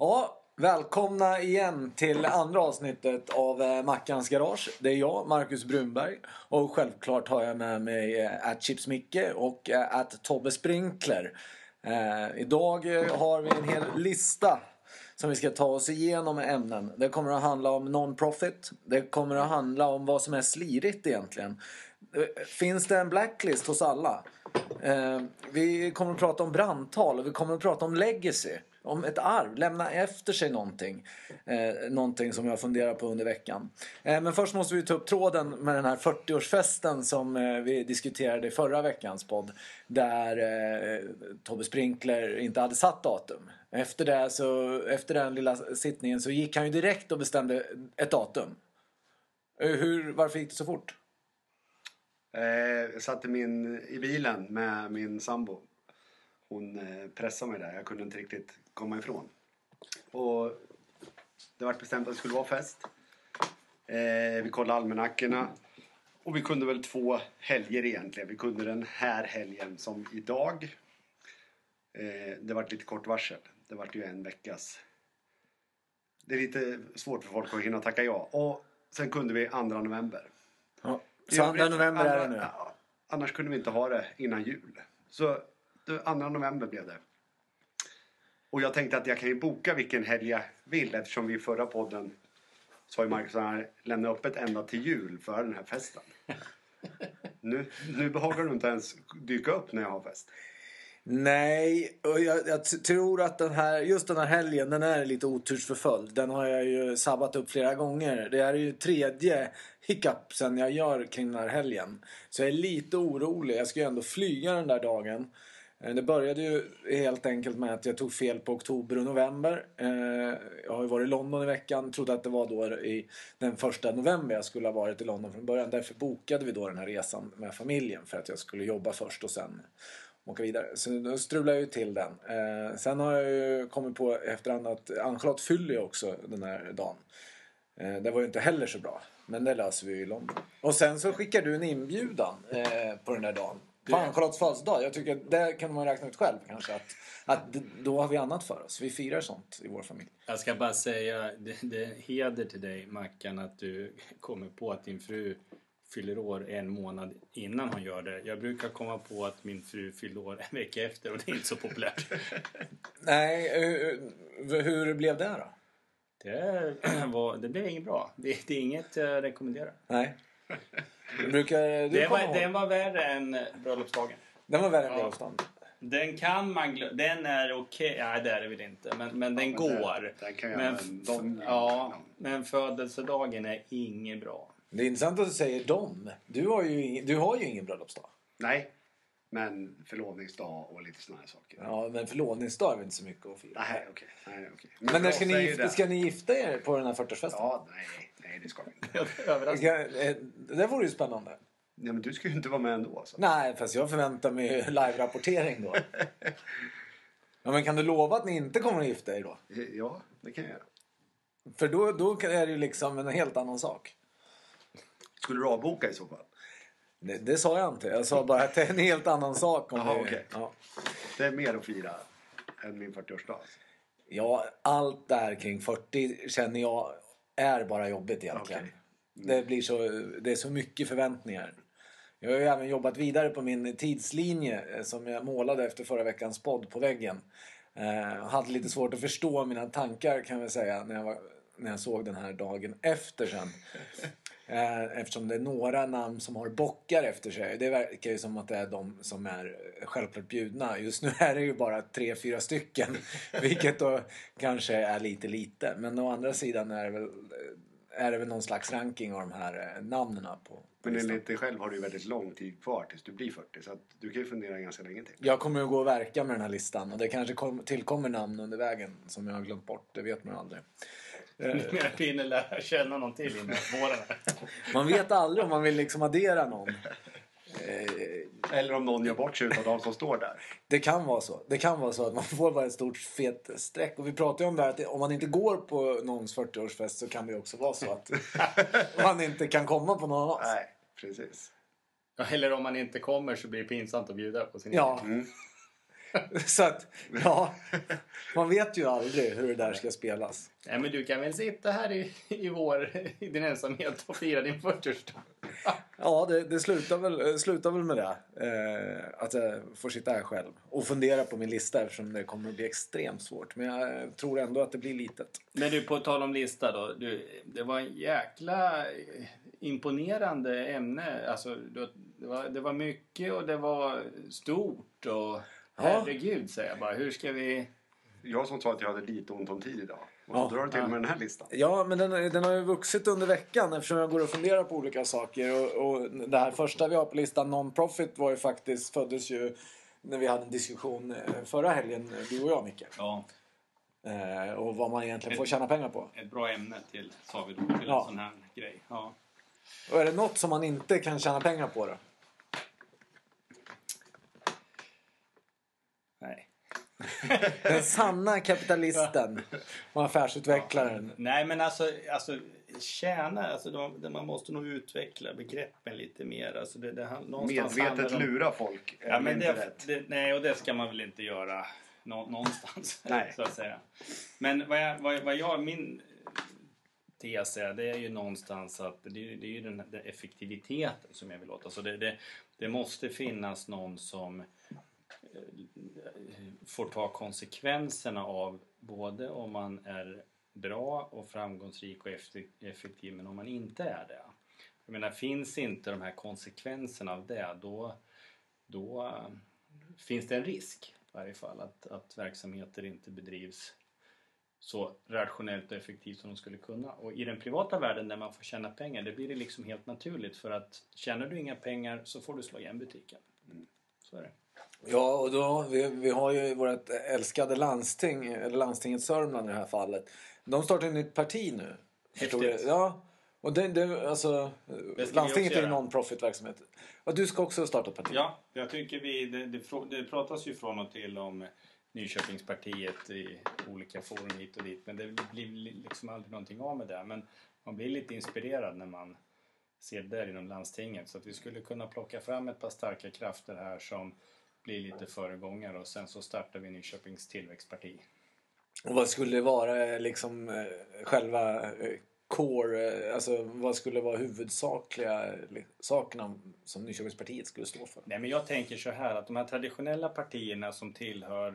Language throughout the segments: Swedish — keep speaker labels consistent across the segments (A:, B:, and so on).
A: Ja, välkomna igen till andra avsnittet av Mackans Garage. Det är jag, Marcus Brunberg. Och självklart har jag med mig @Chips Micke och @Tobbe Sprinkler. Idag har vi en hel lista som vi ska ta oss igenom ämnen. Det kommer att handla om non-profit. Det kommer att handla om vad som är slirigt egentligen. Finns det en blacklist hos alla? Vi kommer att prata om brandtal och vi kommer att prata om legacy. Om ett arv, lämna efter sig någonting. Någonting som jag funderar på under veckan. Men först måste vi ta upp tråden med den här 40-årsfesten som vi diskuterade i förra veckans podd. Där Tobbe Sprinkler inte hade satt datum. Efter den lilla sittningen så gick han ju direkt och bestämde ett datum. Varför gick det så fort?
B: Jag satt i bilen med min sambo. Hon pressade mig där. Jag kunde inte riktigt komma ifrån. Och det var bestämt att det skulle vara fest. Vi kollade almanackorna. Och vi kunde väl 2 helger egentligen. Vi kunde den här helgen som idag. Det var lite kort varsel. Det var ju en veckas. Det är lite svårt för folk att hinna tacka ja. Och sen kunde vi 2 november.
A: Ja, så 2 november är det nu.
B: Annars kunde vi inte ha det innan jul. Så 2 november blev det. Och jag tänkte att jag kan ju boka vilken helg jag vill. Eftersom vi i förra podden så har ju Marcus lämnat öppet ända till jul för den här festen. Nu behagar du inte ens dyka upp när jag har fest.
A: Nej, och jag tror att just den här helgen, den är lite otursförföljd. Den har jag ju sabbat upp flera gånger. Det är ju 3:e hiccupsen jag gör kring den här helgen. Så jag är lite orolig. Jag ska ju ändå flyga den där dagen. Det började ju helt enkelt med att jag tog fel på oktober och november. Jag har ju varit i London i veckan. Trodde att det var då i den 1 november jag skulle ha varit i London från början. Därför bokade vi då den här resan med familjen. För att jag skulle jobba först och sen åka vidare. Så då strulade jag ju till den. Sen har jag ju kommit på efterhand att Ann-Charlotte fyller ju också den här dagen. Det var ju inte heller så bra. Men det löser vi ju i London. Och sen så skickar du en inbjudan på den där dagen. På Ann-Charlottes födelsedag. Jag tycker att det kan man räkna ut själv kanske. Att då har vi annat för oss. Vi firar sånt i vår familj.
C: Jag ska bara säga, det är heder till dig, Mackan, att du kommer på att din fru fyller år 1 månad innan hon gör det. Jag brukar komma på att min fru fyller år 1 vecka efter och det är inte så populärt.
A: Nej, hur blev det då?
C: Det blev inget bra. Det är inget jag rekommenderar.
A: Nej. Den
C: var värre än bröllopsdagen.
A: Den var värre än bröllopsdagen.
C: Den kan man den är okej. Nej, det är det väl inte. Men den går. Men födelsedagen är ingen bra.
A: Det är intressant att du säger dem. Du har ju ingen bröllopsdag.
B: Nej, men förlovningsdag och lite såna här saker.
A: Ja, men förlovningsdag är väl inte så mycket att fira.
B: Nej, okej.
A: Men när ska ni gifta er på den här 40-årsfesten?
B: Ja, nej, det ska vi
A: inte. Det vore ju spännande.
B: Ja, men du ska ju inte vara med ändå. Så.
A: Nej, fast jag förväntar mig live-rapportering då. Ja, men kan du lova att ni inte kommer att gifta er då?
B: Ja, det kan jag göra.
A: För då är det ju liksom en helt annan sak.
B: Skulle du avboka i så fall?
A: Det sa jag inte. Jag sa bara att det är en helt annan sak.
B: Okay. Ja. Det är mer att fira än min 40-årsdag.
A: Ja, allt där kring 40 känner jag är bara jobbigt egentligen. Okay. Det är så mycket förväntningar. Jag har ju även jobbat vidare på min tidslinje som jag målade efter förra veckans podd på väggen. Jag hade lite svårt att förstå mina tankar kan jag säga när jag såg den här dagen efter sen. Eftersom det är några namn som har bockar efter sig. Det verkar ju som att det är de som är självklart bjudna. Just nu är det ju bara 3-4 stycken. Vilket då kanske är lite. Men å andra sidan är det väl någon slags ranking av de här namnen på.
B: Men enligt dig själv har du väldigt lång tid kvar tills du blir 40. Så att du kan ju fundera ganska länge till.
A: Jag kommer att gå och verka med den här listan. Och det kanske tillkommer namn under vägen som jag har glömt bort. Det vet man aldrig.
C: Menar du hinner lära känna någon till innan våren?
A: Man vet aldrig om man vill liksom addera någon.
B: Eller om någon gör bort sig utav de som står där.
A: Det kan vara så att man får bara ett stort fet streck. Och vi pratar ju om det här att om man inte går på någons 40-årsfest så kan det också vara så att man inte kan komma på någon annan.
B: Nej, precis.
C: Eller om man inte kommer så blir det pinsamt att bjuda på sin
A: egen. Så att, ja, man vet ju aldrig hur det där ska spelas.
C: Nej, men du kan väl sitta här i vår i din ensamhet och fira din 40-årsdag.
A: Ja, det slutar väl med det. Att jag får sitta här själv och fundera på min lista eftersom det kommer att bli extremt svårt. Men jag tror ändå att det blir litet.
C: Men du, på tal om lista då. Det var en jäkla imponerande ämne. Alltså, det var mycket och det var stort och herregud, säger jag bara. Hur ska vi...
B: Jag som sa att jag hade lite ont om tid idag. Och så drar du till med den här listan.
A: Ja, men den har ju vuxit under veckan eftersom jag går och funderar på olika saker. Och det här första vi har på listan, Non-Profit, var ju faktiskt, föddes ju när vi hade en diskussion förra helgen, du och jag, Micke.
C: Ja.
A: Och vad man egentligen får tjäna pengar på.
C: Ett bra ämne till, sa vi då, till en sån här grej. Ja.
A: Och är det något som man inte kan tjäna pengar på då?
C: Nej.
A: Den sanna kapitalisten och affärsutvecklaren.
C: Nej, men alltså tjäna, alltså man måste nog utveckla begreppen lite mer. Alltså
B: medvetet lura folk.
C: Ja, men nej, och det ska man väl inte göra någonstans.
B: Nej.
C: Så att säga. Men min tes är, det är ju någonstans att det är ju den effektiviteten som jag vill åt. Alltså det måste finnas någon som får ta konsekvenserna av både om man är bra och framgångsrik och effektiv, men om man inte är det. Jag menar, finns inte de här konsekvenserna av det, då finns det en risk i varje fall att verksamheter inte bedrivs så rationellt och effektivt som de skulle kunna. Och i den privata världen där man får tjäna pengar, det blir det liksom helt naturligt, för att tjänar du inga pengar så får du slå igen butiken. Så är det.
A: Ja, och då vi har ju vårt älskade landsting, eller landstinget Sörmland i det här fallet. De startar ett nytt parti nu.
C: Häftigt.
A: Ja, och alltså landstinget är ju non-profit verksamhet. Och du ska också starta ett parti.
C: Ja, jag tycker det pratas ju från och till om Nyköpingspartiet i olika forum hit och dit, men det blir liksom aldrig någonting av med det. Men man blir lite inspirerad när man ser det där inom landstinget, så att vi skulle kunna plocka fram ett par starka krafter här som blir lite föregångare, och sen så startar vi Nyköpings tillväxtparti. Och
A: vad skulle det vara liksom själva core, alltså vad skulle vara huvudsakliga sakerna som Nyköpingspartiet skulle stå för?
C: Nej, men jag tänker så här, att de här traditionella partierna som tillhör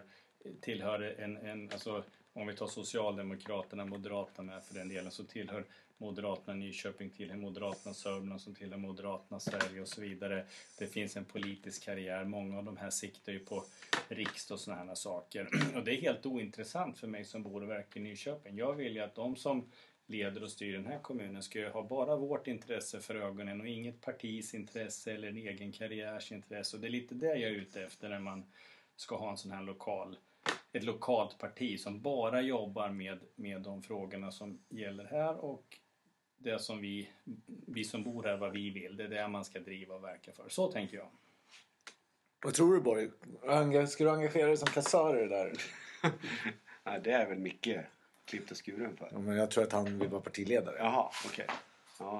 C: alltså om vi tar Socialdemokraterna, Moderaterna för den delen, så tillhör Moderaterna Nyköping, tillhör Moderaterna Sörmland, som tillhör Moderaterna Sverige och så vidare. Det finns en politisk karriär. Många av de här siktar ju på riksdag och såna här saker. Och det är helt ointressant för mig som bor och verkar i Nyköping. Jag vill ju att de som leder och styr den här kommunen ska ju ha bara vårt intresse för ögonen och inget partis intresse eller en egen karriärs intresse. Och det är lite det jag är ute efter när man ska ha en sån här ett lokalt parti som bara jobbar med de frågorna som gäller här, och det som vi som bor här, vad vi vill, det är det man ska driva och verka för. Så tänker jag.
A: Vad tror du, Borg? Ska du engagera dig som kassör i det där?
B: Nej, det är väl mycket klippt och skuren för.
A: Ja, men jag tror att han vill vara partiledare.
B: Jaha, okej. Ja,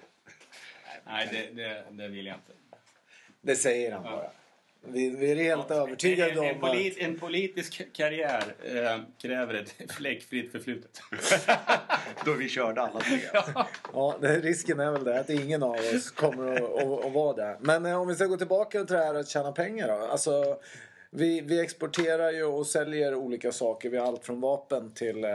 C: Nej, det vill jag inte.
A: Det säger han bara. Vi är helt övertygade om att...
C: En politisk karriär kräver ett fläckfritt förflutet.
B: Då vi körde alla tre.
A: Ja, risken är väl det att ingen av oss kommer att vara där. Men om vi ska gå tillbaka till det här att tjäna pengar då. Alltså, vi exporterar ju och säljer olika saker. Vi har allt från vapen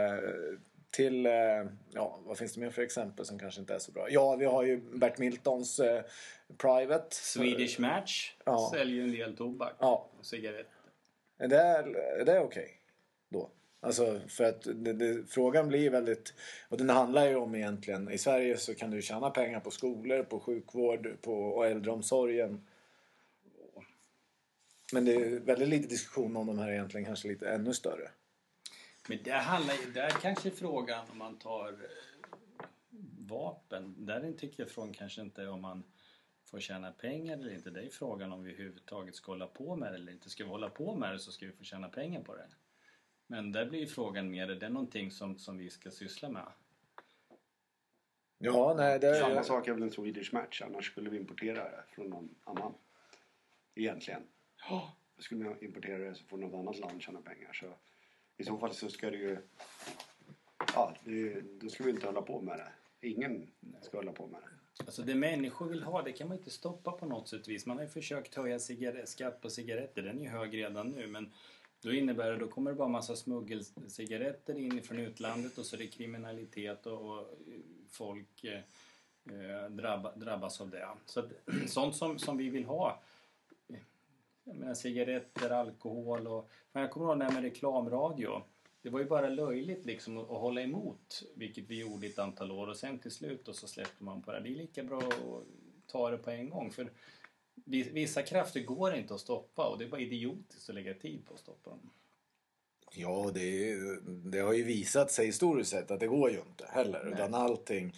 A: till ja, vad finns det mer för exempel som kanske inte är så bra? Ja, vi har ju Bert Miltons Private.
C: Swedish Match säljer en del tobak och cigaretter.
A: Är det okej då? Alltså, för att frågan blir väldigt... Och den handlar ju om egentligen... I Sverige så kan du tjäna pengar på skolor, på sjukvård, och äldreomsorgen. Men det är väldigt lite diskussion om de här egentligen kanske lite ännu större.
C: Men det handlar ju... Där kanske frågan om man tar vapen. Där tycker jag frågan kanske inte om man får tjäna pengar eller inte. Det är frågan om vi överhuvudtaget ska hålla på med det eller inte. Ska vi hålla på med det så ska vi få tjäna pengar på det. Men där blir ju frågan mer, är det någonting som vi ska syssla med?
A: Ja, nej, det är...
B: Samma sak är väl en Swedish Match. Annars skulle vi importera det från någon annan. Egentligen. skulle man importera det så får något annat land tjäna pengar. Så i så fall så ska det ju... Ja, då ska vi inte hålla på med det. Ingen ska hålla på med det.
C: Alltså det människor vill ha, det kan man inte stoppa på något sätt vis. Man har ju försökt höja skatt på cigaretter, den är ju hög redan nu. Men då innebär det, då kommer det bara en massa smuggelcigaretter in från utlandet och så är det kriminalitet och folk drabbas av det. Så att, sånt som vi vill ha, jag menar cigaretter, alkohol och... Men jag kommer ihåg det här med reklamradio. Det var ju bara löjligt liksom att hålla emot, vilket vi gjorde i ett antal år. Och sen till slut och så släppte man på det. Det är lika bra att ta det på en gång. För vissa krafter går inte att stoppa och det är bara idiotiskt att lägga tid på att stoppa dem.
A: Ja, det har ju visat sig historiskt sett att det går ju inte heller.
C: Nej.
A: Utan allting,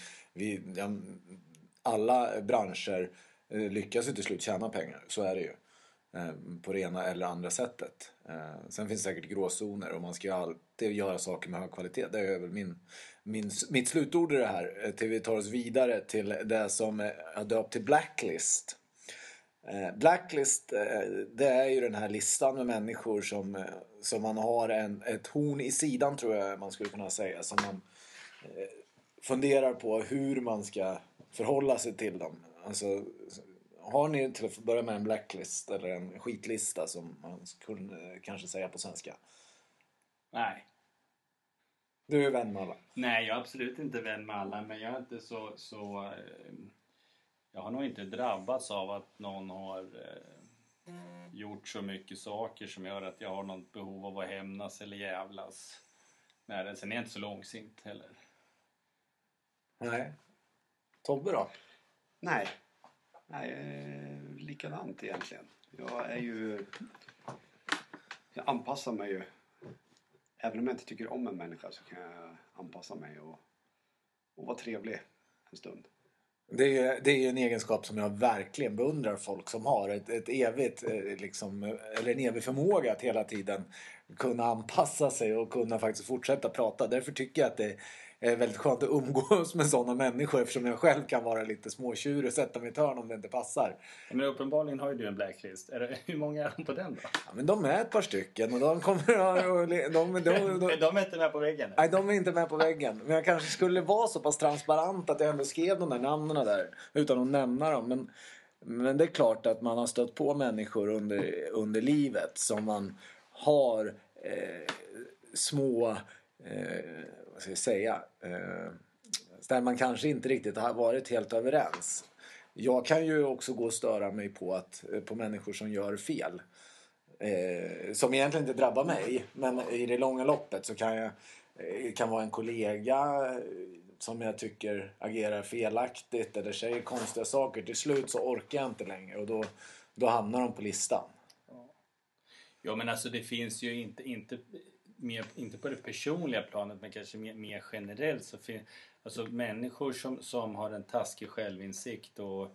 A: alla branscher lyckas ju till slut tjäna pengar. Så är det ju. På det ena eller andra sättet. Sen finns det säkert gråzoner och man ska ju alltid göra saker med hög kvalitet. Det är väl mitt slutord i det här. Till vi tar oss vidare till det som är döpt till Blacklist. Blacklist, det är ju den här listan med människor som man har ett horn i sidan, tror jag man skulle kunna säga, som man funderar på hur man ska förhålla sig till dem. Alltså, har ni till att börja med en blacklist eller en skitlista som man skulle kanske säga på svenska?
C: Nej.
A: Du är vän med alla.
C: Nej, jag är absolut inte vän med alla, men jag är inte så jag har nog inte drabbats av att någon har gjort så mycket saker som gör att jag har något behov av att hämnas eller jävlas. Nej, sen är jag inte så långsint heller.
A: Nej. Tobbe då?
B: Nej, likadant egentligen. Jag anpassar mig ju. Även om jag inte tycker om en människa så kan jag anpassa mig och vara trevlig en stund.
A: Det är en egenskap som jag verkligen beundrar folk som har ett evigt liksom, eller en evig förmåga att hela tiden kunna anpassa sig och kunna faktiskt fortsätta prata. Därför tycker jag att det är väldigt skönt att umgås med sådana människor, eftersom jag själv kan vara lite småtjurig och sätta mig i hörn om det inte passar.
C: Men uppenbarligen har ju du en blacklist. Hur många är de på den då?
A: Ja, men de är ett par stycken och de kommer
C: De är inte med på väggen?
A: Nej, de är inte med på väggen. Men jag kanske skulle vara så pass transparent att jag ändå skrev de där namnen där utan att nämna dem. Men det är klart att man har stött på människor under livet som man har små... vad ska jag säga? Där man kanske inte riktigt har varit helt överens. Jag kan ju också gå och störa mig på människor som gör fel. Som egentligen inte drabbar mig. Men i det långa loppet så kan vara en kollega som jag tycker agerar felaktigt eller säger konstiga saker. Till slut så orkar jag inte längre och då hamnar de på listan.
C: Ja, men alltså det finns ju inte på det personliga planet, men kanske mer generellt så finns alltså människor som har en taskig självinsikt och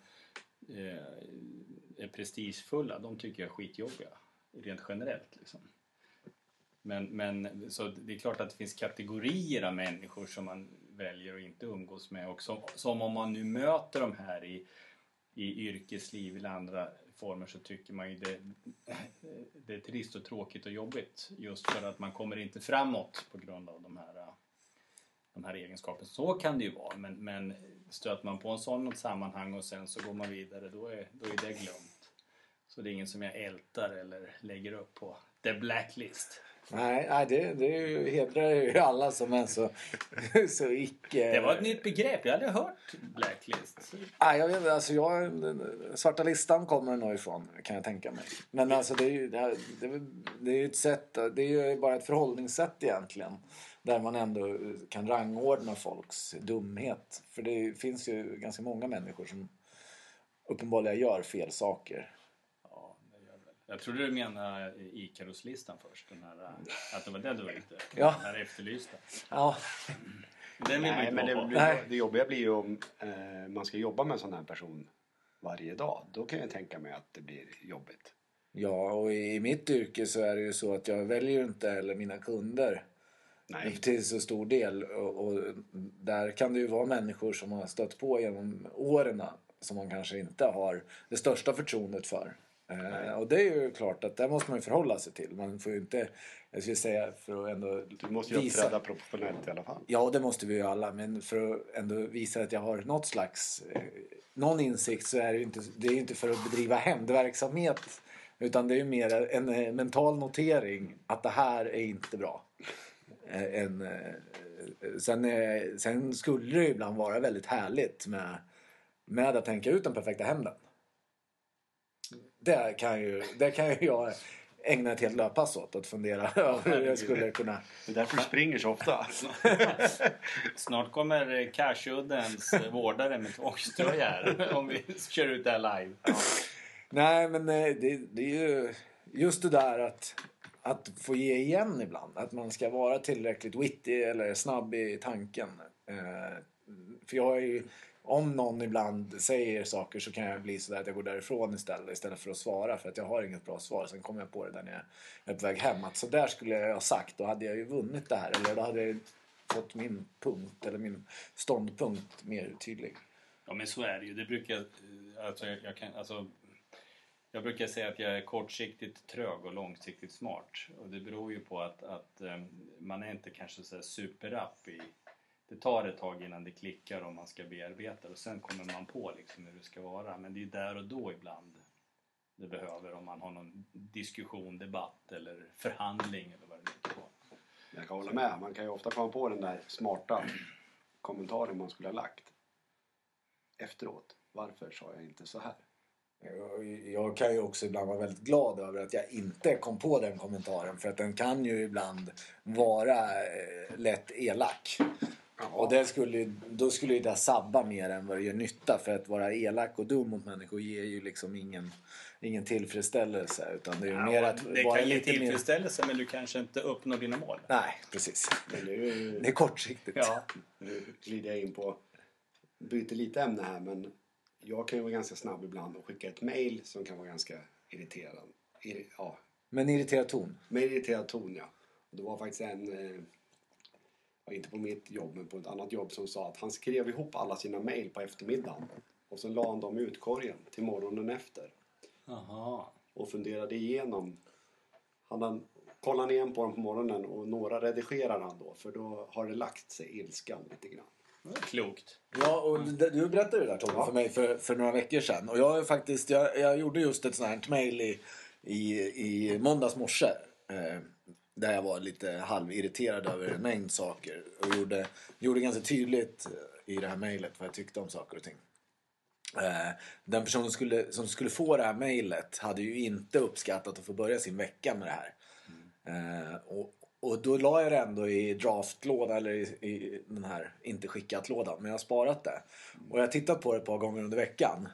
C: är prestigefulla, de tycker jag är skitjobbiga rent generellt liksom. Men så det är klart att det finns kategorier av människor som man väljer att inte umgås med, och som om man nu möter de här i yrkesliv eller andra former, så tycker man ju det är trist och tråkigt och jobbigt just för att man kommer inte framåt på grund av de här egenskaperna. Så kan det ju vara, men stöter man på en sån sammanhang och sen så går man vidare, då är det glömt. Så det är ingen som jag ältar eller lägger upp på the blacklist.
A: Nej, det hedrar ju alla som är så icke...
C: Det var ett nytt begrepp, jag hade hört blacklist.
A: Nej, jag vet inte, alltså svarta listan kommer nog ifrån, kan jag tänka mig. Men alltså det är ju ett sätt, det är ju bara ett förhållningssätt egentligen. Där man ändå kan rangordna folks dumhet. För det finns ju ganska många människor som uppenbarligen gör fel saker.
C: Jag trodde du menar Icarus-listan först. Den här, att det var det du var ute.
A: Ja.
C: Den här efterlysta.
A: Ja.
C: Nej, men
B: det jobbiga blir ju om man ska jobba med en sån här person varje dag. Då kan jag tänka mig att det blir jobbigt.
A: Ja, och i mitt yrke så är det ju så att jag väljer inte heller mina kunder.
B: Nej.
A: Till så stor del. Och där kan det ju vara människor som har stött på genom åren som man kanske inte har det största förtroendet för. Och det är ju klart att det måste man ju förhålla sig till. Man får ju inte, jag skulle säga, för att ändå
B: Du måste ju uppträda professionellt i alla fall.
A: Ja, det måste vi ju alla. Men för att ändå visa att jag har något slags någon insikt, så är det är inte för att bedriva hämndverksamhet, utan det är ju mer en mental notering att det här är inte bra. Sen skulle det ibland vara väldigt härligt med att tänka ut den perfekta hämnden. Det kan ju jag ägna ett helt löppass åt, att fundera över hur jag skulle kunna...
B: Det är därför du springer så ofta.
C: Snart kommer Cashuddens vårdare med tvångströja här om vi kör ut det här live.
A: Ja. Nej, men det är ju just det där att få ge igen ibland. Att man ska vara tillräckligt witty eller snabb i tanken. För jag är ju... Om någon ibland säger saker så kan jag bli så där att jag går därifrån istället för att svara, för att jag har inget bra svar. Sen kommer jag på det där när jag är på väg hem, att så där skulle jag ha sagt, då hade jag ju vunnit det här, eller då hade jag fått min punkt eller min ståndpunkt mer tydlig.
C: Ja, men så är det ju. Det brukar, jag brukar säga att jag är kortsiktigt trög och långsiktigt smart, och det beror ju på att man är inte kanske så superrapp i... Det tar ett tag innan det klickar om man ska bearbeta, och sen kommer man på liksom hur det ska vara. Men det är där och då ibland det behöver, om man har någon diskussion, debatt eller förhandling eller vad det är på.
B: Jag kan hålla med. Man kan ju ofta komma på den där smarta kommentaren man skulle ha lagt efteråt. Varför sa jag inte så här?
A: Jag kan ju också ibland vara väldigt glad över att jag inte kom på den kommentaren, för att den kan ju ibland vara lätt elak. Och då skulle ju det sabba mer än vad det gör nytta, för att vara elak och dum mot människor ger ju liksom ingen tillfredsställelse, utan det är ju mer att
C: det
A: vara
C: kan ge
A: lite
C: tillfredsställelse, men du kanske inte uppnår dina mål.
A: Nej, precis. Det är kortsiktigt.
C: Ja.
B: Nu glider jag in på, byter lite ämne här, men jag kan ju vara ganska snabb ibland och skicka ett mejl som kan vara ganska irriterande.
A: Men irriterad ton?
B: Med irriterad ton, ja. Och det var faktiskt inte på mitt jobb men på ett annat jobb, som sa att han skrev ihop alla sina mejl på eftermiddagen. Och så la han dem i utkorgen till morgonen efter.
C: Aha.
B: Och funderade igenom. Han kollade igen på dem på morgonen, och några redigerar han då. För då har det lagt sig ilskan lite grann.
C: Det var klokt.
A: Ja, och du berättade det där, Tom, för mig för några veckor sedan. Och jag gjorde just ett sånt här mejl i måndags morse. Där jag var lite halvirriterad över en mängd saker. Och gjorde ganska tydligt i det här mejlet vad jag tyckte om saker och ting. Den personen som skulle få det här mejlet hade ju inte uppskattat att få börja sin vecka med det här. Och då la jag det ändå i draftlåda, eller i den här inte skickat-lådan. Men jag har sparat det. Och jag har tittat på det ett par gånger under veckan.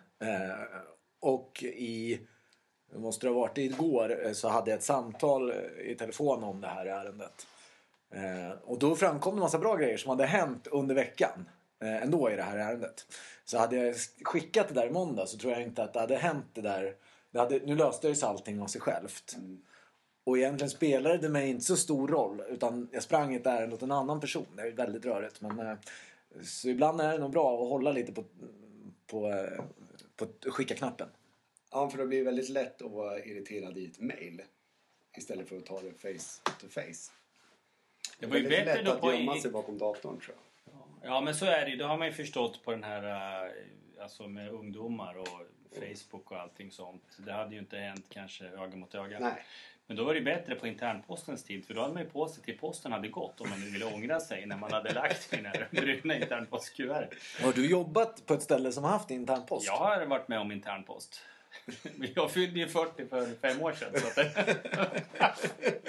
A: Och det måste ha varit igår, så hade jag ett samtal i telefon om det här ärendet. Och då framkom en massa bra grejer som hade hänt under veckan ändå i det här ärendet. Så hade jag skickat det där i måndag, så tror jag inte att det hade hänt det där. Nu löste det sig allting av sig självt. Och egentligen spelade det mig inte så stor roll, utan jag sprang ett ärende åt en annan person. Det är väldigt rörigt, men så ibland är det nog bra att hålla lite på skicka-knappen.
B: Ja, för det blir väldigt lätt att vara irriterad i ett mejl istället för att ta det face to face.
C: Det var ju
B: bättre
C: bättre
B: lätt
C: då
B: att gömma sig bakom datorn, tror jag.
C: Ja, men så är det. Då har man ju förstått på den här, alltså med ungdomar och Facebook och allting sånt. Det hade ju inte hänt kanske öga mot öga.
B: Nej.
C: Men då var det bättre på internpostens tid, för då hade man ju på sig till posten hade gått, om man nu ville ångra sig när man hade lagt den här bruna internpostkuvert.
A: Har du jobbat på ett ställe som har haft internpost?
C: Jag har varit med om internpost. Jag fyllde ju 40 för 5 år sedan. Så att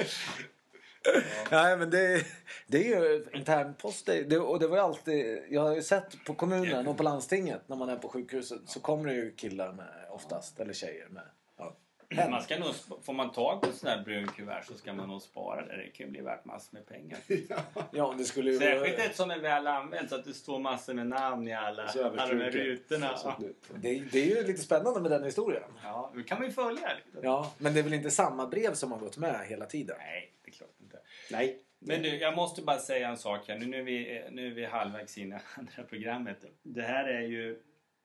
A: Nej, men det är ju internpost. Och det var ju alltid... Jag har ju sett på kommunen och på landstinget när man är på sjukhuset, så kommer det ju killar med oftast, eller tjejer med. Ja.
C: Man ska nog, får man tag på sån här brun kuvert, så ska man nog spara det. Det kan ju bli värt massor med pengar.
A: Ja, det skulle ju...
C: Särskilt ett som är väl använt, så att det står massor med namn i alla de här rutorna. Ja.
A: Det är ju lite spännande med den historien.
C: Ja, nu kan man ju följa det.
A: Ja, men det är väl inte samma brev som har gått med hela tiden?
C: Nej, det är klart inte.
B: Nej.
C: Men du, jag måste bara säga en sak här. Nu är vi halvvägs in i andra programmet. Det här är ju...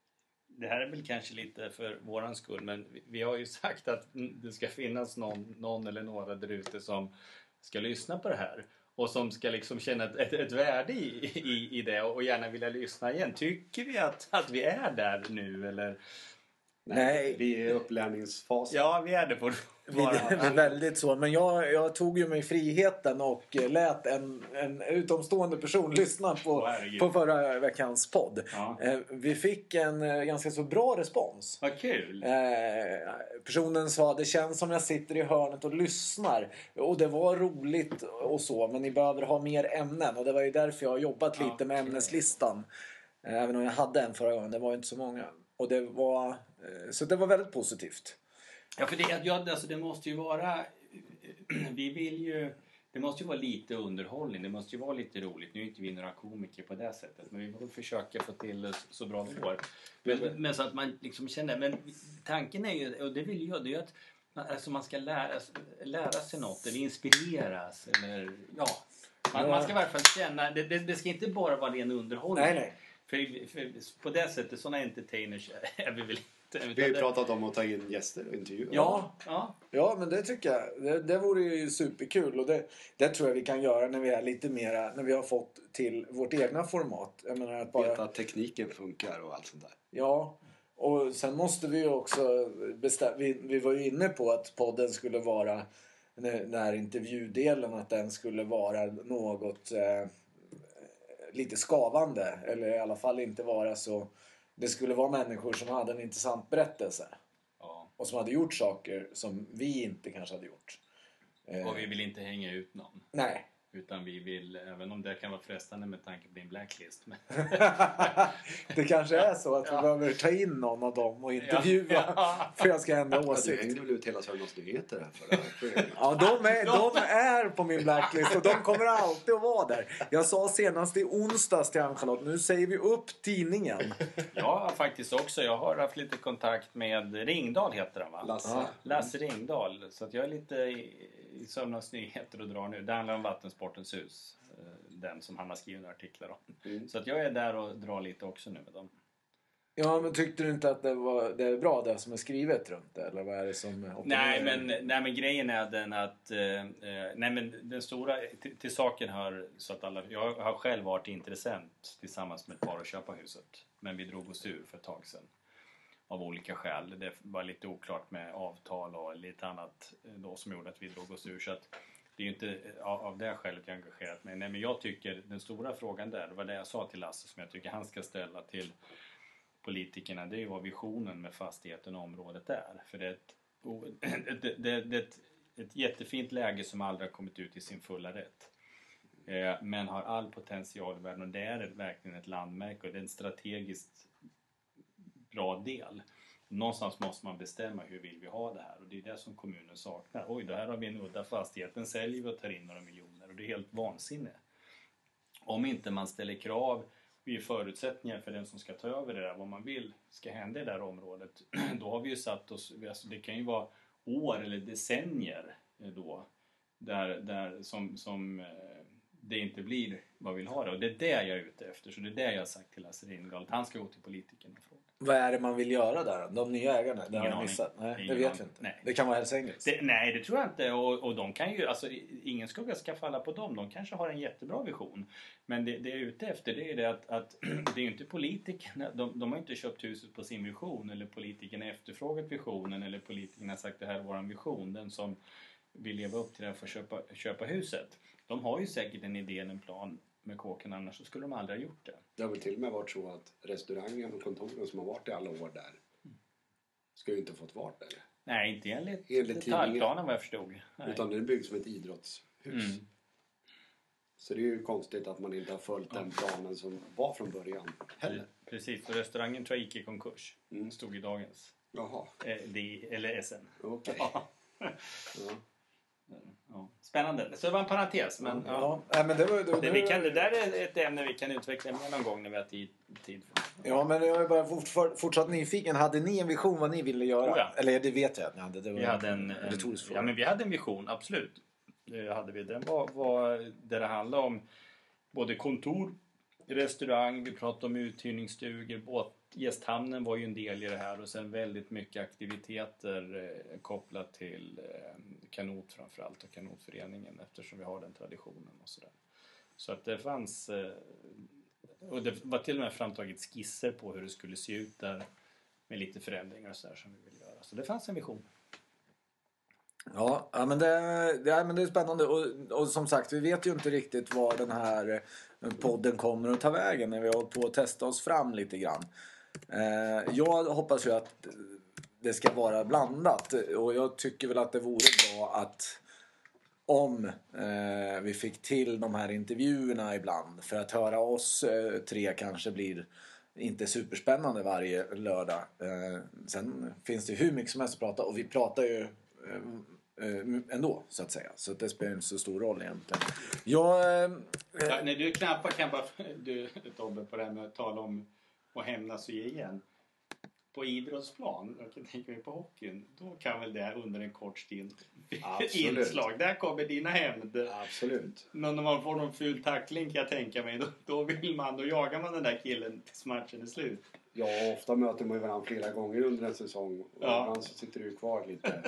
C: det här är väl kanske lite för våran skull, men vi har ju sagt att det ska finnas någon eller några där ute som ska lyssna på det här. Och som ska liksom känna ett värde i det och gärna vilja lyssna igen. Tycker vi att vi är där nu eller?
A: Nej.
B: Vi är i upplärningsfasen.
C: Ja, vi är det på
A: Det är väldigt så. Men jag tog ju mig friheten och lät en utomstående person lyssna på förra veckans podd.
C: Ja.
A: Vi fick en ganska så bra respons.
C: Vad kul!
A: Personen sa det känns som jag sitter i hörnet och lyssnar. Och det var roligt och så. Men ni behöver ha mer ämnen. Och det var ju därför jag har jobbat lite med ämneslistan. Även om jag hade en förra gången. Det var inte så många. Och det var, så det var väldigt positivt.
C: Ja, för det måste ju vara... Vi vill ju... Det måste ju vara lite underhållning. Det måste ju vara lite roligt. Nu är inte vi några komiker på det sättet. Men vi får försöka få till det så bra det går. Men så att man liksom känner... Men tanken är ju... Och det vill jag. Det är ju att man ska lära sig något. Eller inspireras. Eller ja... Man ska i alla fall känna... Det ska inte bara vara ren underhållning.
A: Nej.
C: För på det sättet, sådana entertainers är vi väl inte.
B: Vi har ju pratat om att ta in gäster och intervjuer.
A: Ja, men det tycker jag. Det vore ju superkul. Och det tror jag vi kan göra när vi är lite mera... När vi har fått till vårt egna format. Jag menar att bara...
B: Veta att tekniken funkar och allt sånt där.
A: Ja, och sen måste vi ju också... Vi var ju inne på att podden skulle vara... Den här intervjudelen, att den skulle vara något... lite skavande. Eller i alla fall inte vara så... Det skulle vara människor som hade en intressant berättelse.
C: Ja.
A: Och som hade gjort saker som vi inte kanske hade gjort.
C: Och vi vill inte hänga ut någon.
A: Nej.
C: Utan vi vill, även om det kan vara frestande med tanke på din blacklist. Men...
A: Det kanske är så att vi behöver ta in någon av dem och intervjua för jag ska ändra åsikt.
B: Du hängde väl ut hela Sörmlands Nyheter här förra.
A: Ja, de är på min blacklist och de kommer alltid att vara där. Jag sa senast i onsdags till Ann-Charlotte, nu säger vi upp tidningen.
C: Ja, faktiskt också. Jag har haft lite kontakt med Ringdahl heter han, va? Lasse Ringdahl. Så att jag är lite i Sörmlands Nyheter och drar nu. Det handlar om Vattensportens hus. Den som han har skrivit artiklar om. Så att jag är där och drar lite också nu med dem.
A: Ja, men tyckte du inte att det är bra det som är skrivet runt det? Eller vad är det som...
C: Nej, men grejen är den att... nej, men den stora... Till saken hör så att alla... Jag har själv varit intressent tillsammans med ett par att köpa huset. Men vi drog oss ur för ett tag sedan. Av olika skäl. Det var lite oklart med avtal och lite annat då som gjorde att vi drog oss ur. Så att det är ju inte av det skälet jag engagerat mig. Nej, men jag tycker den stora frågan där, det var det jag sa till Lasse som jag tycker han ska ställa till politikerna. Det är ju vad visionen med fastigheten och området är. För det är ett jättefint läge som aldrig har kommit ut i sin fulla rätt. Men har all potential i världen och det är verkligen ett landmärke och det är en strategiskt bra del. Någonstans måste man bestämma hur vill vi ha det här och det är det som kommunen saknar. Oj, då här har vi en udda fastighet, den säljer vi och tar in några miljoner och det är helt vansinne. Om inte man ställer krav och ger förutsättningar för den som ska ta över det där, vad man vill ska hända i det här området, då har vi ju satt oss, alltså det kan ju vara år eller decennier då, där som det inte blir vad vi vill ha det. Och det är det jag är ute efter. Så det är det jag har sagt till Lasse Ringdahl. Att han ska gå till politikerna och fråga.
A: Vad är det man vill göra där? De nya ägarna? Det har jag missat. Nej, det vet vi inte.
C: Nej.
A: Det kan vara Hells Angels.
C: Nej, det tror jag inte. Och de kan ju, alltså ingen skugga ska falla på dem. De kanske har en jättebra vision. Men det jag är ute efter det är det att det är ju inte politikerna. De har inte köpt huset på sin vision. Eller politikerna efterfrågat visionen. Eller politikerna har sagt det här är vår vision. Den som vill leva upp till det här för köpa huset. De har ju säkert en idé, en plan med kåken, annars så skulle de aldrig ha gjort det.
B: Det har väl till och med varit så att restaurangen och kontoren som har varit i alla år där ska ju inte fått vara där.
C: Nej, inte enligt detaljplanen vad jag förstod. Nej.
B: Utan den byggs som ett idrottshus. Så det är ju konstigt att man inte har följt den planen som var från början heller.
C: Precis, och restaurangen tror jag gick i konkurs. Stod i dagens.
B: Jaha.
C: Eller SN.
B: Okej.
C: Ja. Spännande. Så det var en parentes. Men,
A: men
C: det där är ett ämne vi kan utveckla mer någon gång när vi har tid.
A: Ja, men jag är bara fortsatt nyfiken. Hade ni en vision vad ni ville göra?
C: Ja.
A: Eller det vet jag att ni hade. Det var
C: vi hade en
A: retorisk fråga.
C: Ja, men vi hade en vision, absolut. Det hade vi. Den var där det handlade om både kontor, restaurang, vi pratade om uthyrningsstugor, båtgästhamnen var ju en del i det här och sen väldigt mycket aktiviteter kopplat till kanot framförallt och kanotföreningen eftersom vi har den traditionen och sådär. Så att det fanns, och det var till och med framtaget skisser på hur det skulle se ut där med lite förändringar och sådär som vi vill göra. Så det fanns en vision.
A: Ja, men det är spännande och som sagt, vi vet ju inte riktigt vad den här podden kommer att ta vägen när vi håller på att testa oss fram lite grann. Jag hoppas ju att det ska vara blandat och jag tycker väl att det vore bra att om vi fick till de här intervjuerna ibland, för att höra oss tre kanske blir inte superspännande varje lördag. Sen finns det hur mycket som helst att prata och vi pratar ju ändå så att säga, så att det spelar inte så stor roll egentligen.
C: När du knappar kan bara du Tobbe på det här med att tala om och hämnas och ge igen. På idrottsplan, jag kan tänka mig på hockeyn, då kan väl det under en kort stund inslag. Där kommer dina hämnd.
B: Absolut.
C: Men när man får någon ful tackling kan jag tänka mig, då jagar man den där killen tills matchen är slut.
B: Ja, ofta möter man ju varandra flera gånger under en säsong. Och ibland så sitter du kvar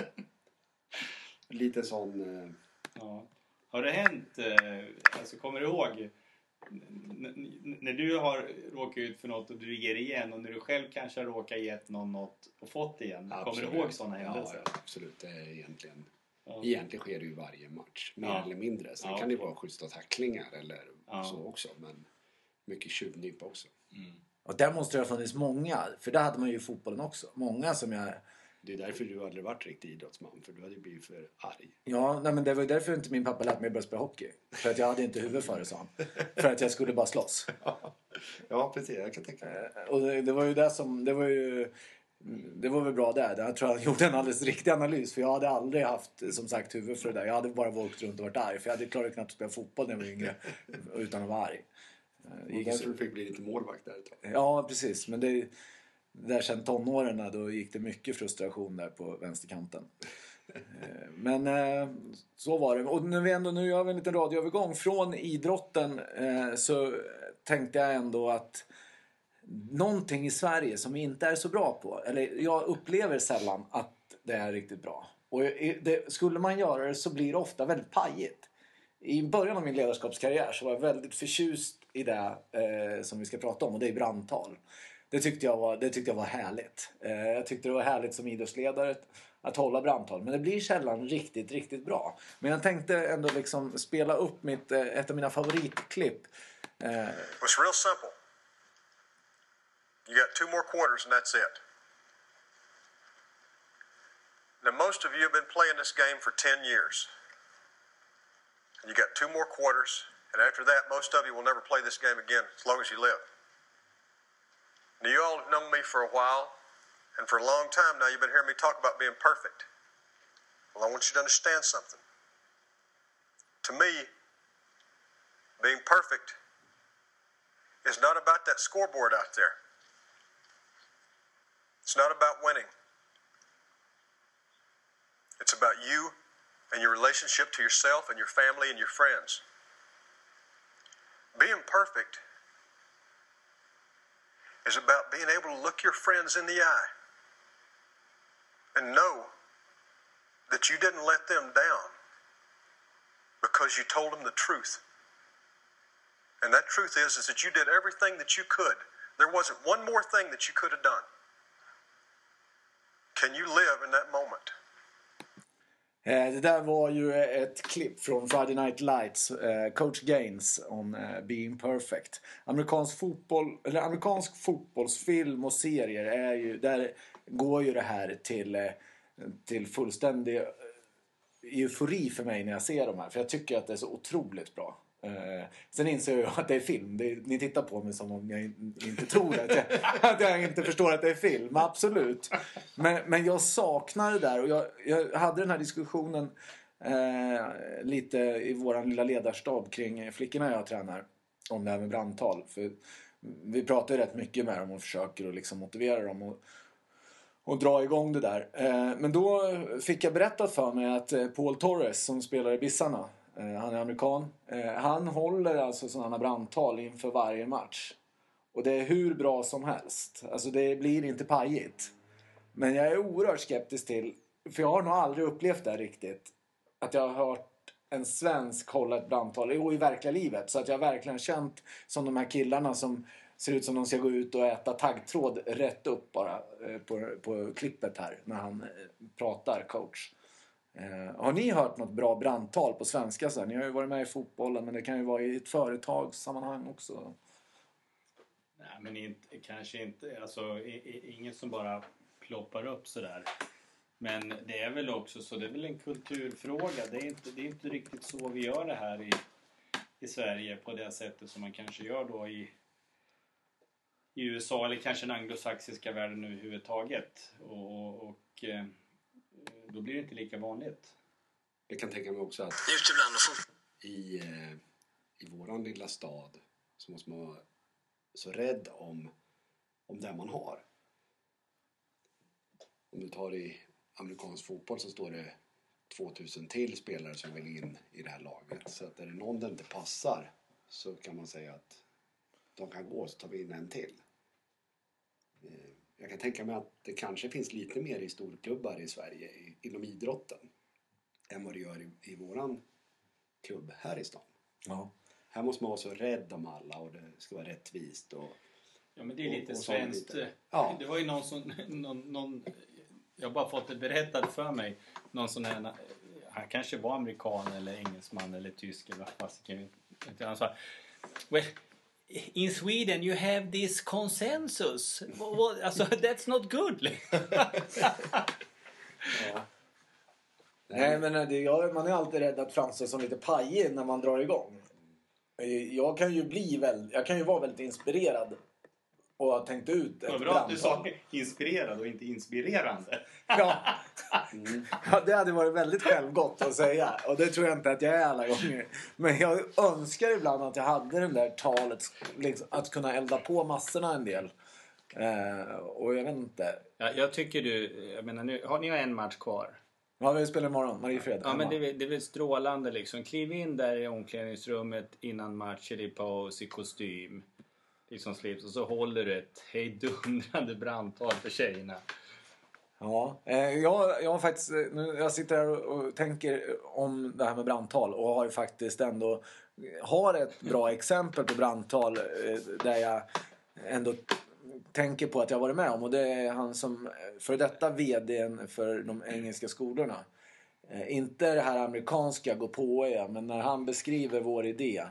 B: lite sån...
C: Ja. Har det hänt, alltså kommer du ihåg när du har råkat ut för något och du ger igen och när du själv kanske har råkat gett någon något och fått igen? Absolut. Kommer du ihåg sådana händelser?
B: Ja, absolut. Det är egentligen sker det ju varje match, mer eller mindre. Sen kan det vara schyssta tacklingar eller så också, men mycket tjuvnyp också.
A: Mm. Och där måste det ha funnits många, för där hade man ju fotbollen också. Många som jag...
B: Det är därför du aldrig varit riktig idrottsman, för du hade blivit för arg.
A: Ja, nej, men det var ju därför inte min pappa lät mig börja spela hockey. För att jag hade inte huvud för det, sa han. För att jag skulle bara slåss.
B: Ja, precis. Jag kan tänka mig.
A: Och det var ju det som... Det var väl bra där. Jag tror han gjorde en alldeles riktig analys. För jag hade aldrig haft, som sagt, huvud för det där. Jag hade bara vågat runt och varit arg. För jag hade klarat knappt att spela fotboll när jag var yngre utan att vara arg.
B: Och därför du fick bli lite målvakt där.
A: Ja, precis. Men det... Där sen tonåren då gick det mycket frustration där på vänsterkanten. Men så var det. Och nu gör vi en liten radioövergång från idrotten, så tänkte jag ändå att någonting i Sverige som vi inte är så bra på, eller jag upplever sällan att det är riktigt bra. Och skulle man göra det så blir det ofta väldigt pajigt. I början av min ledarskapskarriär så var jag väldigt förtjust i det som vi ska prata om, och det är brandtal. Det tyckte jag var härligt. Jag tyckte det var härligt som idrottsledare att hålla brandtal. Men det blir sällan riktigt, riktigt bra. Men jag tänkte ändå liksom spela upp ett av mina favoritklipp.
D: It's real simple. You got 2 more quarters and that's it. Now most of you have been playing this game for 10 years. And you got 2 more quarters. And after that, most of you will never play this game again as long as you live. Now, you all have known me for a while, and for a long time now you've been hearing me talk about being perfect. Well, I want you to understand something. To me, being perfect is not about that scoreboard out there. It's not about winning. It's about you and your relationship to yourself and your family and your friends. Being perfect is about being able to look your friends in the eye and know that you didn't let them down because you told them the truth. And that truth is that you did everything that you could. There wasn't one more thing that you could have done. Can you live in that moment?
A: Det där var ju ett klipp från Friday Night Lights, Coach Gaines om Being Perfect. Amerikansk fotbollsfilm och serier är ju, där går ju det här till fullständig eufori för mig när jag ser de här. För jag tycker att det är så otroligt bra. Sen inser jag att det är film. Ni tittar på mig som om jag inte tror att jag inte förstår att det är film. Absolut. Men jag saknar det där. Och jag hade den här diskussionen lite i våran lilla ledarstab kring flickorna jag tränar om det här med brandtal. För vi pratar ju rätt mycket med dem och försöker att liksom motivera dem och dra igång det där. Men då fick jag berättat för mig att Paul Torres som spelar i Bissarna, han är amerikan. Han håller alltså sådana brandtal inför varje match. Och det är hur bra som helst. Alltså det blir inte pajigt. Men jag är oerhört skeptisk till, för jag har nog aldrig upplevt det här riktigt, att jag har hört en svensk hålla ett brandtal i verkliga livet. Så att jag verkligen känt som de här killarna som ser ut som de ska gå ut och äta taggtråd rätt upp bara på klippet här när han pratar, coach. Har ni hört något bra brandtal på svenska sen? Ni har ju varit med i fotbollen, men det kan ju vara i ett företagssammanhang också.
C: Nej, men kanske inte, alltså ingen som bara ploppar upp sådär. Men det är väl också så, det är väl en kulturfråga. Det är inte riktigt så vi gör det här i Sverige på det sättet som man kanske gör då i USA eller kanske den anglosaxiska världen överhuvudtaget. Och då blir det inte lika vanligt.
B: Jag kan tänka mig också att i våran lilla stad så måste man vara så rädd om det man har. Om du tar i amerikansk fotboll så står det 2000 till spelare som vill in i det här laget. Så att är det någon det inte passar så kan man säga att de kan gå, så tar vi in en till. Jag kan tänka mig att det kanske finns lite mer i storklubbar i Sverige inom idrotten än vad det gör i våran klubb här i stan.
A: Ja.
B: Här måste man vara så rädd om alla och det ska vara rättvist.
C: Ja, men det är lite
B: och
C: svenskt.
B: Ja.
C: Det var ju någon jag har bara fått det berättat för mig. Någon sån här, han kanske var amerikan eller engelsman eller tysk eller vad fasiken. Han sa, well, in Sweden you have this consensus. Alltså, that's not good.
A: Ja. Nej, men man är alltid rädd att framstå som lite pajig när man drar igång. Jag kan ju vara väldigt inspirerad och ha tänkt ut ett
C: Vad bra att du sa inspirerad och inte inspirerande.
A: Ja. Ja, det hade varit väldigt självgott att säga. Och det tror jag inte att jag är alla gånger. Men jag önskar ibland att jag hade den där talet, liksom, att kunna elda på massorna en del. Och jag vet inte.
C: Ja, jag tycker jag menar nu, ni har en match kvar.
A: Ja, vi spelar imorgon, Mariefred.
C: Ja, men det är väl strålande liksom. Kliv in där i omklädningsrummet innan matchen i paus i kostym. Liksom slips, och så håller du ett hejdundrande brandtal för tjejerna.
A: Ja, jag har faktiskt, jag sitter här och tänker om det här med brandtal och har faktiskt ändå ett bra exempel på brandtal där jag ändå tänker på att jag varit med om, och det är han som för detta vdn för de engelska skolorna. Inte det här amerikanska gå på men när han beskriver vår idé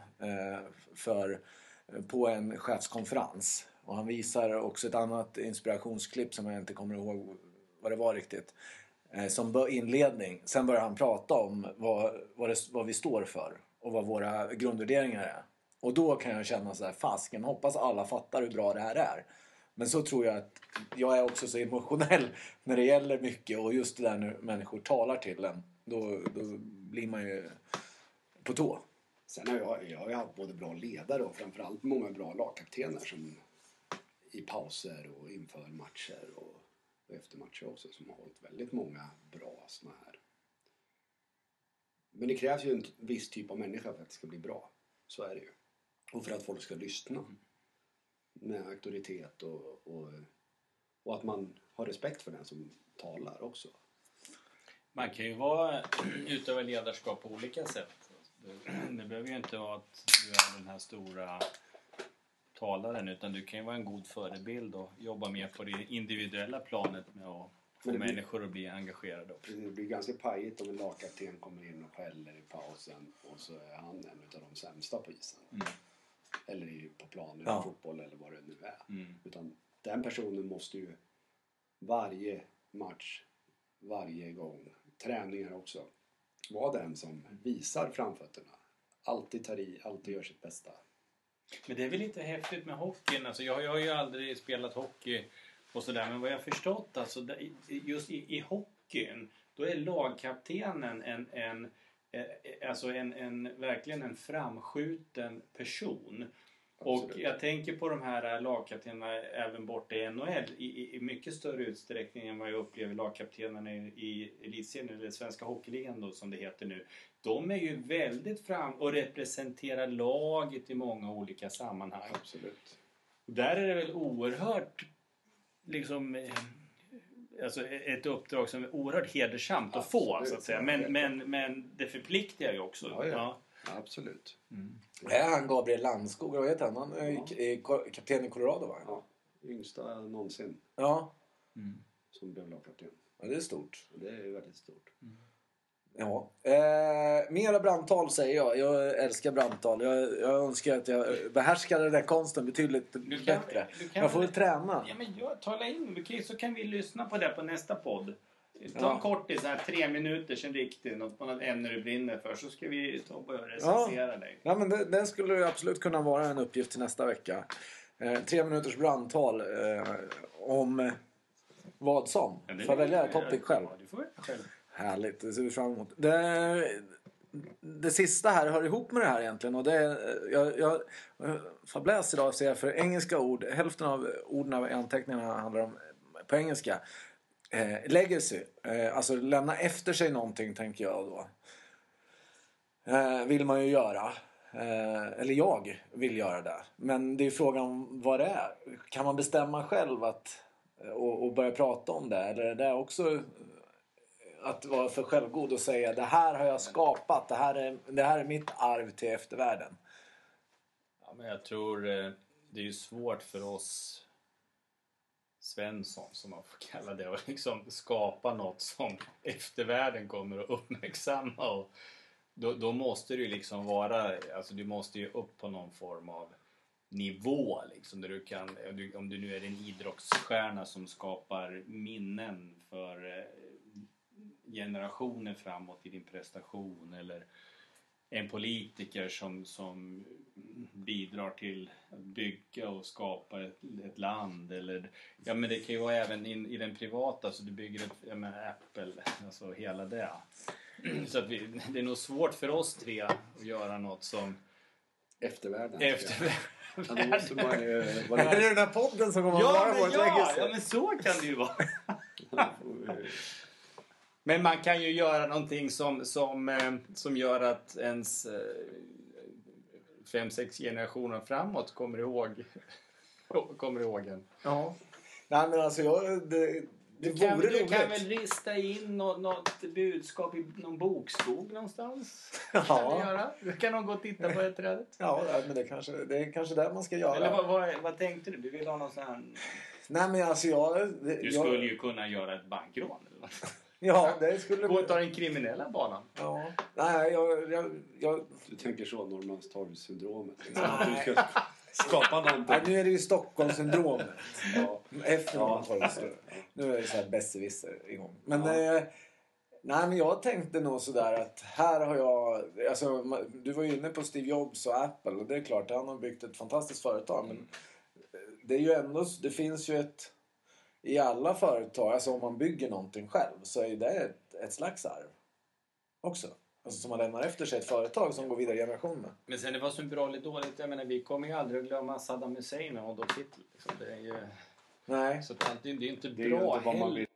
A: på en chefskonferens, och han visar också ett annat inspirationsklipp som jag inte kommer ihåg vad det var riktigt, som inledning. Sen börjar han prata om vad vi står för och vad våra grundvärderingar är. Och då kan jag känna så här, fasken, hoppas alla fattar hur bra det här är. Men så tror jag att jag är också så emotionell när det gäller mycket, och just det där när människor talar till en, då blir man ju på tå.
B: Sen har jag haft både bra ledare och framförallt många bra lagkaptener som i pauser och inför matcher och efter matcher också, som har hållit väldigt många bra såna här. Men det krävs ju en viss typ av människa för att det ska bli bra. Så är det ju. Och för att folk ska lyssna med auktoritet och att man har respekt för den som talar också.
C: Man kan ju utöva ledarskap på olika sätt. Det behöver ju inte vara att du är den här stora talaren, utan du kan ju vara en god förebild och jobba mer på det individuella planet med att få människor att bli engagerade också.
B: Det blir ganska pajigt om en lagkapten kommer in och skäller i pausen och så är han en av de sämsta på isen. Eller på planen i fotboll eller vad det nu är. Utan den personen måste ju varje match, varje gång, träningar också, vara den som visar framfötterna. Alltid tar i, alltid gör sitt bästa.
C: Men det är väl lite häftigt med hockeyn. Alltså jag har ju aldrig spelat hockey och sådär. Men vad jag har förstått, alltså, just i hockeyn, då är lagkaptenen verkligen en framskjuten person. Och jag tänker på de här lagkaptenerna även borta i NHL i mycket större utsträckning än vad jag upplever lagkaptenerna i elitserien eller svenska hockeyligan då, som det heter nu. De är ju väldigt fram och representerar laget i många olika sammanhang.
B: Absolut.
C: Där är det väl oerhört liksom alltså ett uppdrag som är oerhört hedersamt att få så att säga. Men det förpliktigar ju också.
B: Ja, absolut.
A: Är han Gabriel Landskog? Vad heter han? Han är kapten i Colorado, va?
B: Ja, yngsta någonsin
A: Ja.
B: som blev lagkapten.
A: Ja, det är stort.
B: Det är ju väldigt stort.
A: Ja. Mera brandtal säger jag. Jag älskar brandtal. Jag önskar att jag behärskade den där konsten betydligt bättre. Jag får väl träna.
C: Ja, men tala in. Så kan vi lyssna på det på nästa podd. Ta en kortis, 3 minuter sen riktigt. Något ämne du brinner för. Så ska vi ta och börja recensera dig.
A: Ja, men det skulle absolut kunna vara en uppgift till nästa vecka. 3 minuters brandtal om vad som. Får jag välja topic själv?
C: Ja, du får välja själv.
A: Härligt, det ser vi fram emot. Det sista här hör ihop med det här egentligen. Och det är, jag fabläs idag ser jag för engelska ord. Hälften av orden i anteckningarna handlar om på engelska. Legacy, alltså lämna efter sig någonting, tänker jag då. Vill man ju göra. Eller jag vill göra det. Men det är frågan vad det är. Kan man bestämma själv och börja prata om det? Eller är det också att vara för självgod och säga det här har jag skapat, det här är mitt arv till eftervärlden?
C: Ja, men jag tror det är ju svårt för oss Svensson, som man får kalla det, och liksom skapa något som eftervärlden kommer att uppmärksamma. Och då måste det ju liksom vara, alltså du måste ju upp på någon form av nivå liksom, där du kan, om du nu är en idrottsstjärna som skapar minnen för generationer framåt i din prestation, eller en politiker som bidrar till att bygga och skapa ett land, eller ja, men det kan ju vara även i den privata, så du bygger Apple, alltså hela det. Så att det är nog svårt för oss tre att göra något som
B: Eftervärlden.
C: Ja,
B: då måste man ju
A: Är det den här podden som kommer att vara vårt legacy?
C: Ja, men så kan det ju vara. Men man kan ju göra någonting som gör att ens 5-6 generationer framåt kommer ihåg en.
A: Ja. Nej, men alltså du
C: kan väl rista in något budskap i någon bokskog någonstans?
A: Ja.
C: Du kan nog gå och titta på det trädet.
A: Ja, men det är kanske där man ska göra.
C: Eller vad tänkte du? Du vill ha någon sån här...
A: Nej, men alltså
C: Du skulle ju kunna göra ett bankrån eller något.
A: Ja, det skulle...
C: Gå och ta den kriminella banan.
A: Ja. Nej, jag...
B: Du tänker så, Norrmalmstorgssyndromet. Du ska skapa någonting.
A: Nej, nu är det ju Stockholmssyndromet.
B: Ja.
A: Efter Norrmalmstorg. Nu är det så här besserwisser igång. Men nej, men jag tänkte nog sådär att här har jag... Alltså, du var ju inne på Steve Jobs och Apple. Och det är klart, han har byggt ett fantastiskt företag. Men det är ju ändå... Det finns ju ett... I alla företag, alltså om man bygger någonting själv, så är det ett slags arv också. Alltså som man lämnar efter sig, ett företag som går vidare generationer.
C: Men sen det var så bra eller dåligt, jag menar, vi kommer ju aldrig att glömma Saddam Hussein och Adolf Hitler. Liksom. Det är ju...
A: Nej.
C: Så det är inte
B: Det är ju
C: bra
B: inte vad man vill